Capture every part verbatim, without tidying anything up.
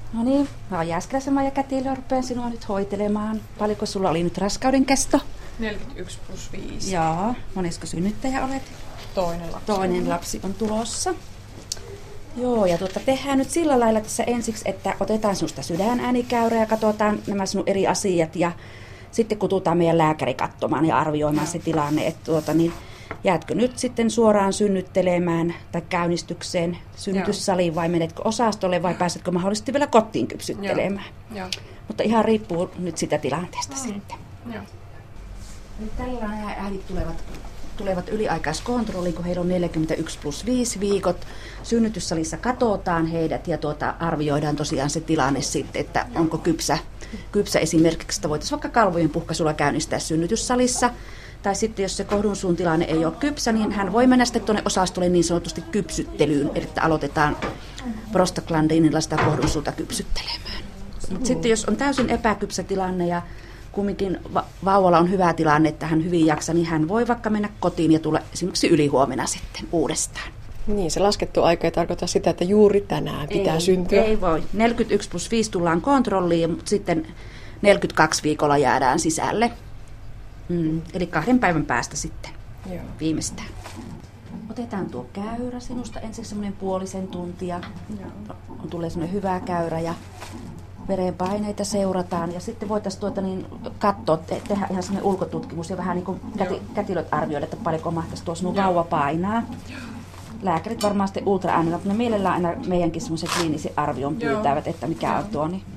No niin, mä oon Jääskeläisen Maija Kätilö, rupean sinua nyt hoitelemaan. Paljonko sulla oli nyt raskauden kesto? neljäkymmentäyksi plus viisi. Joo, monesko synnyttäjä olet? Toinen lapsi. Toinen lapsi on tulossa. Joo, ja tuota, tehdään nyt sillä lailla tässä ensiksi, että otetaan sinusta sydänäänikäyrä ja katsotaan nämä sinun eri asiat. Ja sitten kutsutaan meidän lääkäri katsomaan ja arvioimaan se tilanne, että tuota, niin, jäätkö nyt sitten suoraan synnyttelemään tai käynnistykseen synnytyssaliin vai menetkö osastolle vai pääsetkö mahdollisesti vielä kotiin kypsyttelemään. Joo. Joo. Mutta ihan riippuu nyt sitä tilanteesta no. sitten. Joo. Tällainen äidit tulevat, tulevat yliaikaiskontrolliin, kun heillä on neljäkymmentäyksi plus viisi viikot. Synnytyssalissa katsotaan heidät ja tuota, arvioidaan tosiaan se tilanne sitten, että onko kypsä, kypsä esimerkiksi, että voitaisiin vaikka kalvojen puhkaisulla käynnistää synnytyssalissa. Tai sitten jos se kohdunsuun tilanne ei ole kypsä, niin hän voi mennä sitten tuonne osastolle niin sanotusti kypsyttelyyn, eli että aloitetaan prostaglandinilla sitä kohdunsuuta kypsyttelemään. Mut sitten jos on täysin epäkypsä tilanne ja kumminkin va- vauvalla on hyvä tilanne, että hän hyvin jaksaa, niin hän voi vaikka mennä kotiin ja tulla esimerkiksi ylihuomenna sitten uudestaan. Niin, se laskettu aika ei tarkoita sitä, että juuri tänään pitää ei, syntyä. Ei voi. neljäkymmentäyksi plus viisi tullaan kontrolliin, mutta sitten neljäkymmentäkaksi viikolla jäädään sisälle. Mm, eli kahden päivän päästä sitten Joo. viimeistään. Otetaan tuo käyrä sinusta ensin semmoinen puolisen tuntia. On tulee semmoinen hyvä käyrä ja verenpaineita seurataan. Ja sitten voitaisiin tuota niin katsoa, te- tehdä ihan semmoinen ulkotutkimus ja vähän niin kuin käti- kätilöt arvioida, että paljonko mahtaisi tuo sinun vauva painaa. Lääkärit varmaan sitten ultraäänellä, mutta ne mielellään aina meidänkin semmoisen kliinisen arvion pyytävät, että mikä Joo. on tuo. Niin.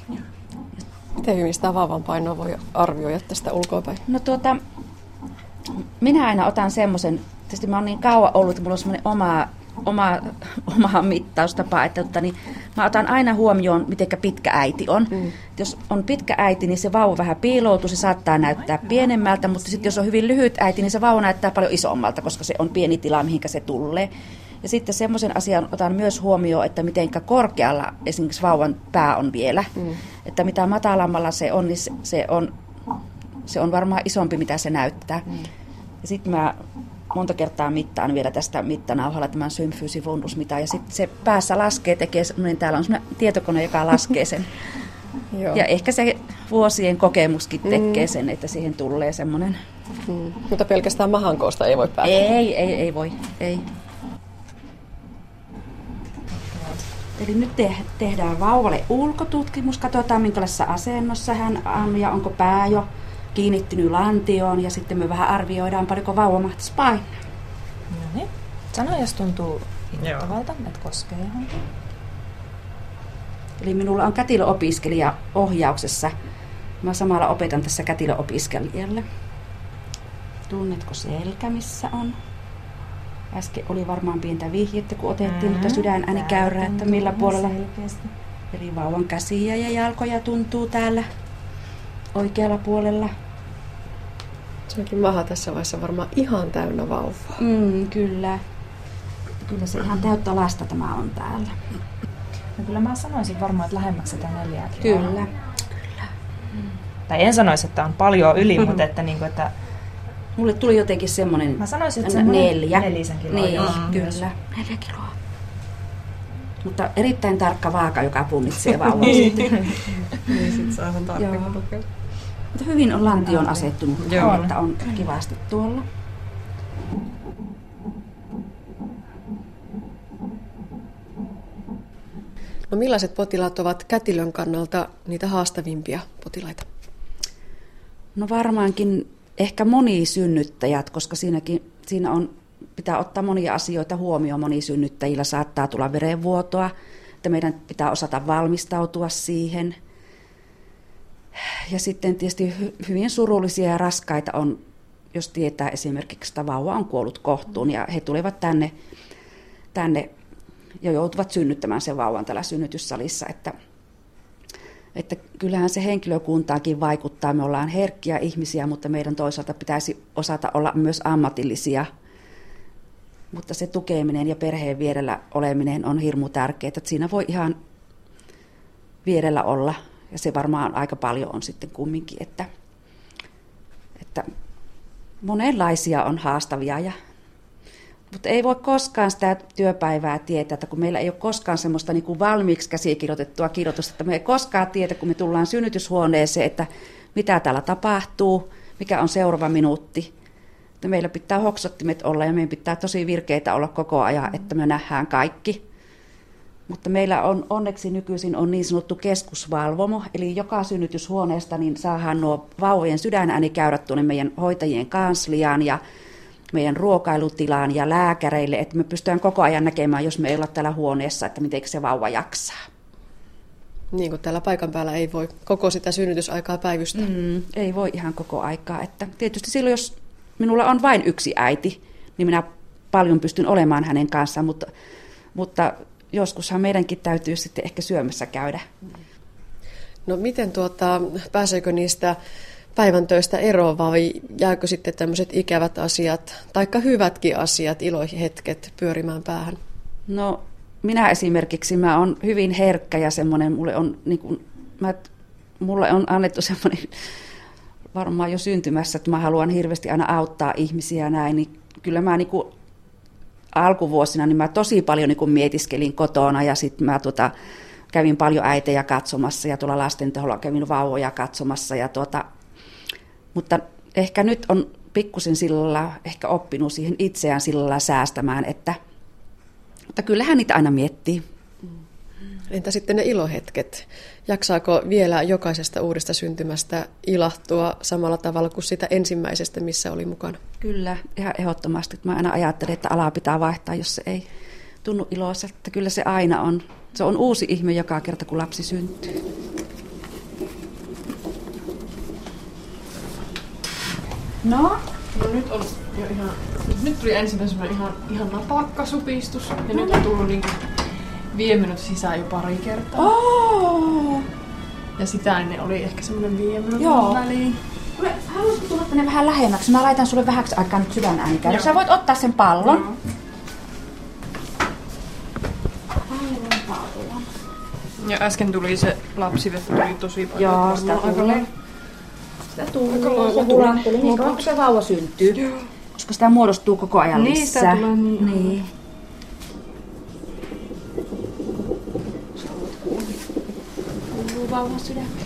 Miten hyvin sitä vauvan painoa voi arvioida tästä ulkoapäin? No tuota, minä aina otan semmoisen, tietysti mä oon niin kauan ollut, että mulla on semmoinen oma, oma, oma mittaustapa, että, että niin, mä otan aina huomioon, miten pitkä äiti on. Mm. Jos on pitkä äiti, niin se vauva vähän piiloutuu, se saattaa näyttää pienemmältä, mutta sitten jos on hyvin lyhyt äiti, niin se vauva näyttää paljon isommalta, koska se on pieni tila, mihinkä se tulee. Ja sitten semmoisen asian otan myös huomioon, että miten korkealla esimerkiksi vauvan pää on vielä. Mm. Että mitä matalammalla se on, niin se, se, on, se on varmaan isompi, mitä se näyttää. Mm. Ja sitten mä monta kertaa mittaan vielä tästä mittanauhalla tämän symfysifundusmitan. Ja sitten se päässä laskee, tekee semmoinen, täällä on semmoinen tietokone, joka laskee sen. Ja ehkä se vuosien kokemuskin tekee sen, että siihen tulee semmoinen. Mm. Mutta pelkästään mahankoosta ei voi päästä. Ei, ei, ei voi, ei. Eli nyt te- tehdään vauvalle ulkotutkimus, katsotaan minkälaisessa asennossa hän on ja onko pää jo kiinnittynyt lantioon ja sitten me vähän arvioidaan paljonko vauva mahtaisi painaa. No niin. Sano, jos tuntuu innoittavalta, että koskee johonkin. Eli minulla on kätilöopiskelija ohjauksessa. Mä samalla opetan tässä kätilöopiskelijalle. Tunnetko selkä, missä on? Äsken oli varmaan pientä vihjettä, kun otettiin mm-hmm. sydänäänikäyrää, että millä puolella. Selkeästi. Eli vauvan käsiä ja jalkoja tuntuu täällä oikealla puolella. Se onkin maha tässä vaiheessa varmaan ihan täynnä vauvaa. Mm, kyllä. Kyllä se ihan täyttä lasta tämä on täällä. No kyllä mä sanoisin varmaan, että lähemmäksi sitä neljää kiloa. Kyllä. kyllä. Tai en sanoisi, että on paljon yli, mutta että, niin kuin, että mulle tuli jotenkin semmoinen mä sanoisin, että neljä. Nelisen kiloa. Niin, joo, kyllä. Neljä kiloa. Mutta erittäin tarkka vaaka, joka punnitsee vauvan sitten. Niin sit saa sen tarkemmin lukea. Mutta hyvin on lantion asettunut, Joo. että on kivasti tuolla. No millaiset potilaat ovat kätilön kannalta niitä haastavimpia potilaita? No varmaankin ehkä monisynnyttäjät, koska siinäkin, siinä on, pitää ottaa monia asioita huomioon. Monisynnyttäjillä saattaa tulla verenvuotoa, että meidän pitää osata valmistautua siihen. Ja sitten tietysti hy- hyvin surullisia ja raskaita on, jos tietää esimerkiksi, että vauva on kuollut kohtuun ja he tulevat tänne, tänne ja joutuvat synnyttämään sen vauvan täällä synnytyssalissa, että Että kyllähän se henkilökuntaakin vaikuttaa. Me ollaan herkkiä ihmisiä, mutta meidän toisaalta pitäisi osata olla myös ammatillisia. Mutta se tukeminen ja perheen vierellä oleminen on hirmu tärkeää. Että siinä voi ihan vierellä olla. Ja se varmaan aika paljon on sitten kumminkin. Että, että monenlaisia on haastavia ja Mutta ei voi koskaan sitä työpäivää tietää, että kun meillä ei ole koskaan semmoista niin kuin valmiiksi käsikirjoitettua kirjoitusta, että me ei koskaan tiedä, kun me tullaan synnytyshuoneeseen, että mitä täällä tapahtuu, mikä on seuraava minuutti. Että meillä pitää hoksottimet olla ja meidän pitää tosi virkeitä olla koko ajan, että me nähdään kaikki. Mutta meillä on onneksi nykyisin on niin sanottu keskusvalvomo, eli joka synnytyshuoneesta niin saadaan nuo vauvojen sydänäänikäyrät tuonne meidän hoitajien kansliaan ja meidän ruokailutilaan ja lääkäreille, että me pystytään koko ajan näkemään, jos me ei olla täällä huoneessa, että miten se vauva jaksaa. Niin kuin täällä paikan päällä ei voi koko sitä synnytysaikaa päivystää. Mm, ei voi ihan koko aikaa. Että tietysti silloin, jos minulla on vain yksi äiti, niin minä paljon pystyn olemaan hänen kanssaan, mutta, mutta joskushan meidänkin täytyy sitten ehkä syömässä käydä. No miten tuota, pääseekö niistä päivän töistä eroon vai jääkö sitten tämmöiset ikävät asiat, taikka hyvätkin asiat, ilohetket pyörimään päähän? No minä esimerkiksi, mä oon hyvin herkkä ja semmoinen, mulle on, niin kuin, mä, mulle on annettu semmoinen varmaan jo syntymässä, että mä haluan hirveästi aina auttaa ihmisiä näin, niin kyllä mä niin kuin alkuvuosina niin mä tosi paljon niin kuin mietiskelin kotona ja sitten mä tuota, kävin paljon äitejä katsomassa ja tuolla lastenteholla kävin vauvoja katsomassa ja tuota, mutta ehkä nyt on pikkusen sillä ehkä oppinut siihen itseään sillä säästämään, että mutta kyllähän niitä aina miettii. Entä sitten ne ilohetket? Jaksaako vielä jokaisesta uudesta syntymästä ilahtua samalla tavalla kuin sitä ensimmäisestä, missä oli mukana? Kyllä, ihan ehdottomasti. Mä aina ajattelen, että alaa pitää vaihtaa, jos se ei tunnu iloiselta. Kyllä se aina on. Se on uusi ihme joka kerta, kun lapsi syntyy. No? No nyt on jo ihan... Nyt tuli ensimmäisenä ihan, ihan napakka supistus. Ja no. Nyt on tullut niinku viiden minuutin sisään jo pari kertaa. Oh! Ja sitä ennen oli ehkä semmoinen viiden minuutin väliin. Haluaisitko tulla tänne vähän lähemmäksi? Mä laitan sulle vähäksi aikaa nyt sydänäänikäyrän. Sä voit ottaa sen pallon. No. Aivan pallon. Ja äsken tuli se lapsivettä tuli tosi paljon. Joo, sitä tulee. Sitä tulee. Se hulahteli niin kauan, kun se vauva syntyy. Joo. Koska sitä muodostuu koko ajan niin, lisää. Sitä tulee niin. niin. Kuuluu vauvan sydämeen.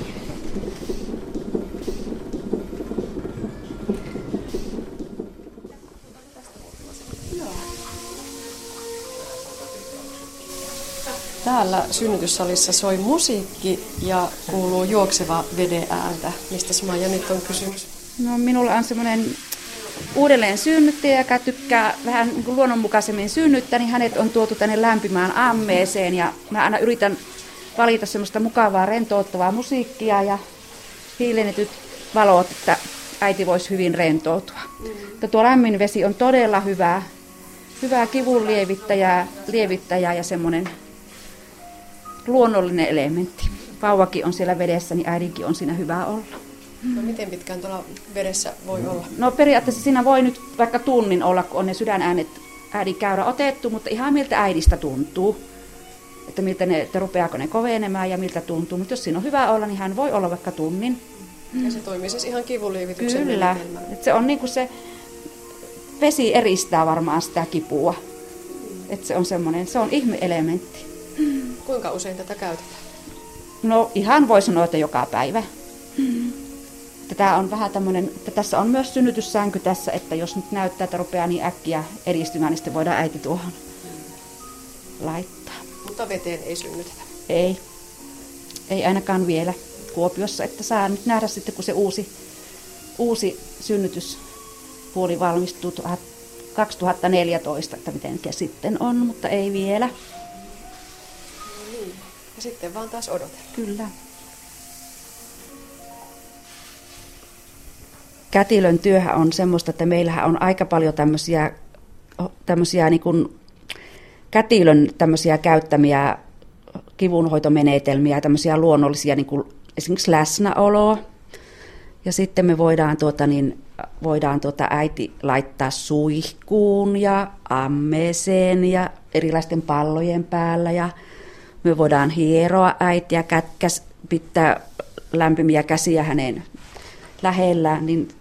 Täällä synnytyssalissa soi musiikki ja kuuluu juokseva veden ääntä. Mistä Maija nyt on kysymys? No, minulla on semmoinen uudelleen synnyttäjä, joka tykkää vähän niin kuin luonnonmukaisemmin synnyttää, niin hänet on tuotu tänne lämpimään ammeeseen ja mä aina yritän valita semmoista mukavaa, rentouttavaa musiikkia ja hiilennetyt valot, että äiti voisi hyvin rentoutua. Mm. Tuo lämmin vesi on todella hyvää, hyvää kivun lievittäjää, lievittäjää ja semmoinen luonnollinen elementti. Vauvakin on siellä vedessä, niin äidinkin on siinä hyvä olla. No miten pitkään tuolla vedessä voi olla? No periaatteessa siinä voi nyt vaikka tunnin olla, kun on ne sydänäänet äidin käyrä otettu, mutta ihan miltä äidistä tuntuu. Että, miltä ne, että rupeaako ne kovenemaan ja miltä tuntuu. Mutta jos siinä on hyvä olla, niin hän voi olla vaikka tunnin. Ja se toimii siis ihan kivunlievityksen Kyllä. Että se on niin kuin se vesi eristää varmaan sitä kipua. Että se on semmoinen, se on ihme-elementti. Kuinka usein tätä käytetään? No ihan voi sanoa, että joka päivä. Tämä on vähän tämmöinen, että tässä on myös synnytyssänky tässä, että jos nyt näyttää, että rupeaa niin äkkiä edistymään, niin sitten voidaan äiti tuohon laittaa. Mutta veteen ei synnytetä? Ei. Ei ainakaan vielä Kuopiossa, että saa nyt nähdä sitten, kun se uusi, uusi synnytyspuoli valmistuu kaksituhattaneljätoista, että miten sitten on, mutta ei vielä. No niin. Ja sitten vaan taas odotella. Kyllä. Kätilön työhän on semmoista, että meillähän on aika paljon tämmöisiä, tämmöisiä niin kuin kätilön tämmöisiä käyttämiä kivunhoitomenetelmiä, tämmöisiä luonnollisia niin kuin esimerkiksi läsnäoloa. Ja sitten me voidaan, tuota, niin, voidaan tuota äiti laittaa suihkuun ja ammeeseen ja erilaisten pallojen päällä. Ja me voidaan hieroa äitiä, kätkäs, pitää lämpimiä käsiä hänen lähellään, niin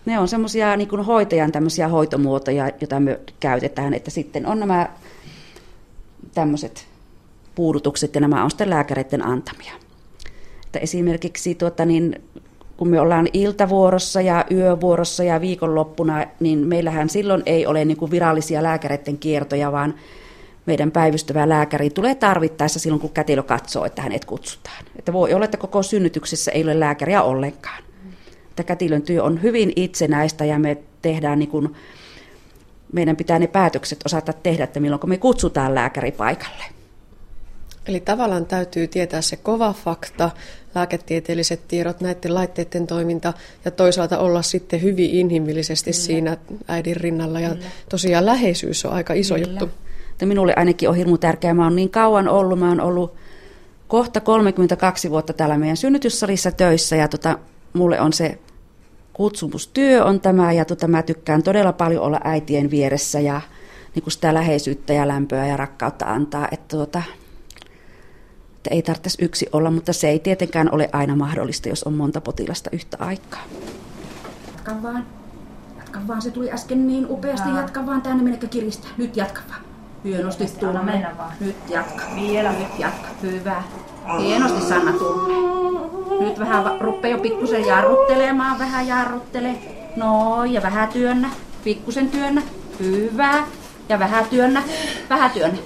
Ne on semmoisia niin kuin hoitajan tämmöisiä hoitomuotoja, joita me käytetään, että sitten on nämä tämmöiset puudutukset ja nämä on sitten lääkäreiden antamia. Että esimerkiksi tuota, niin, kun me ollaan iltavuorossa ja yövuorossa ja viikonloppuna, niin meillähän silloin ei ole niin kuin virallisia lääkäreiden kiertoja, vaan meidän päivystävä lääkäri tulee tarvittaessa silloin, kun kätilö katsoo, että hänet kutsutaan. Että voi olla, että koko synnytyksessä ei ole lääkäriä ollenkaan. Että kätilön työ on hyvin itsenäistä ja me tehdään niin kuin, meidän pitää ne päätökset osata tehdä, että milloin me kutsutaan lääkäri paikalle. Eli tavallaan täytyy tietää se kova fakta, lääketieteelliset tiedot, näiden laitteiden toiminta ja toisaalta olla sitten hyvin inhimillisesti Kyllä. siinä äidin rinnalla. Ja Kyllä. tosiaan läheisyys on aika iso Kyllä. juttu. Että minulle ainakin on hirmu tärkeää. Mä oon niin kauan ollut, mä oon ollut kohta kolmekymmentäkaksi vuotta täällä meidän synnytyssalissa töissä ja tota, mulle on se kutsumustyö on tämä ja tota, mä tykkään todella paljon olla äitien vieressä ja niin kuin sitä läheisyyttä ja lämpöä ja rakkautta antaa, että tuota, ei tarvitsisi yksi olla, mutta se ei tietenkään ole aina mahdollista, jos on monta potilasta yhtä aikaa. Jatka vaan. Jatka vaan. Se tuli äsken niin upeasti. Jaa. Jatka vaan tänne, menekö kiristää. Nyt jatka vaan. Hienosti tunne. Nyt jatka. Vielä. Nyt jatka. Hyvä. Hienosti Sanna tunne. Nyt vähän rupeaa jo pikkusen jarruttelemaan. Vähän jarruttele. No ja vähän työnnä. Pikkusen työnnä. Hyvä. Ja vähän työnnä. Vähän työnnä.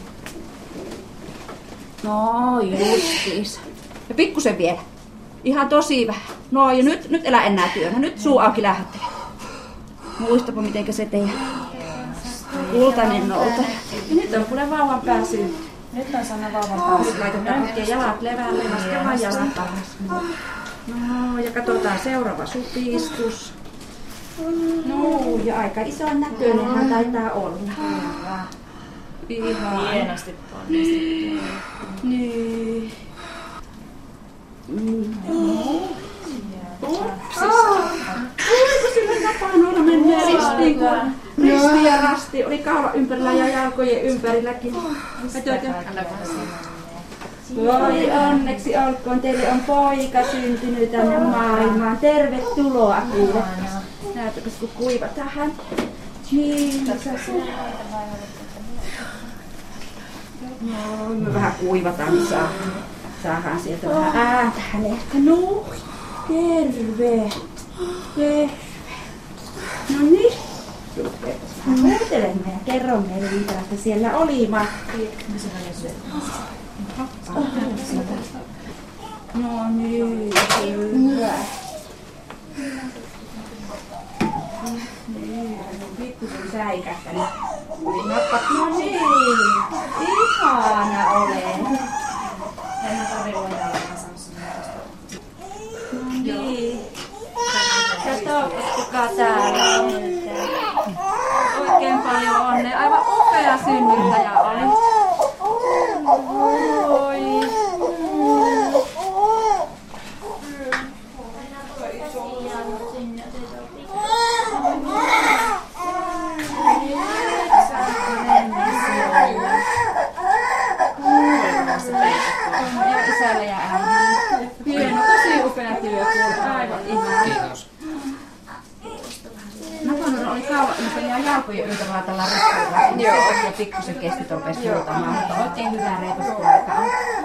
No justiis. Ja pikkusen vielä. Ihan tosi vähän. No ja nyt, nyt elä enää työnnä. Nyt suu auki lähättele. Muistapa mitenkä se tehdään. Kultainen nouta. Ja nyt on kuule vauvan pääsy. Nyt on Sanna vauvan pääsy. Nyt laitetaan oikein jalat levälle. Laskemaan jalat alas. No ja katsotaan seuraava supistus. No ja aika ison näköinenhän taitaa olla. Ihan. Hienosti ponnistettu. Niin. Mm. Oliko sillä napanuora menee ristiin, kun risti ja rasti oli kaula ympärillä ja jalkojen ympärilläkin. Voi onneksi olkoon, teille on poika syntynyt tänne maailmaan. Tervetuloa kuule. Näytäkös kun kuivataan häntä. Niin, missä se on? No, me vähän kuivataan, niin saa, saadaan sieltä vähän ääntä hänestä. No, terve, terve. No niin, rupeapas vähän kuuntelemaan ja kerro meille, minkälaista siellä oli, Matti. No niin, hyvä. Niin, pikkusen säikähtänyt. No niin, ihana olen. En mä tarvii voida olla samassa. No niin. Katsopas kuka täällä on. Oikein paljon onnea. Aivan upea synnyttäjä olet. Oi. Ja isällä ja äidillä. Hieno, tosi upea työ. Aivan ihana. Kiitos. Napanuora oli kauan ympäri ja jalkojen ympärillä tällä ristillä. Joo. Ja pikkusen kesti topesi huutamaan, mutta oikein hyvää reipas aikaa.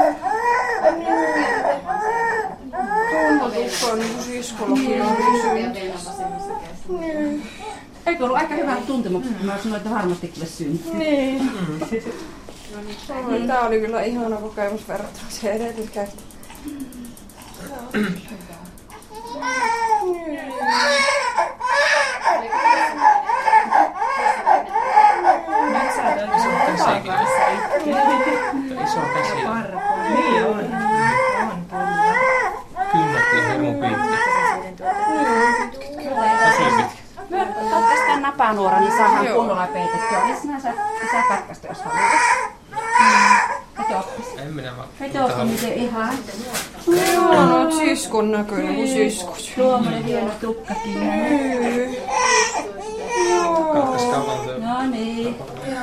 Tuntotukka on niin siskologia on Eikö ollut aika hyvät tuntemukset, kun mä sanoin, että varmasti kyllä syntyy. Niin. Tää oli kyllä ihana kokemus verrattuna siihen edelliseen. Nyt sä oot iso käsi. Iso käsi. Niin on. On kyllä. Kynnät ja hirmu pitkä. Tosi pitkä. Me katkaistaan napanuora, niin saadaan kunnolla peitettyä. Niin sinänsä saa katkaista, jos haluaa. En minä vaan. Kato, miten ihan. Joo, no oot siskon näköinen kuin siskos. Tuommoinen hieno tukkakin. Katkas kauan. No niin.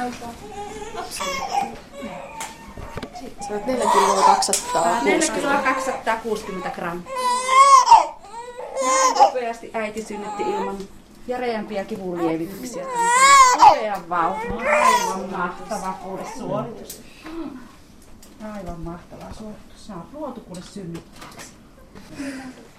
Sä oot neljä kiloa kaksisataakuusikymmentä. neljä kiloa kaksisataakuusikymmentä grammaa. Näin nopeasti äiti synnytti ilman järeämpiä kivunlievityksiä. Upean vauva. Aivan mahtava kuule suoritus. Aivan mahtava suoritus. Sä oot luotu kuule synnyttäjäksi.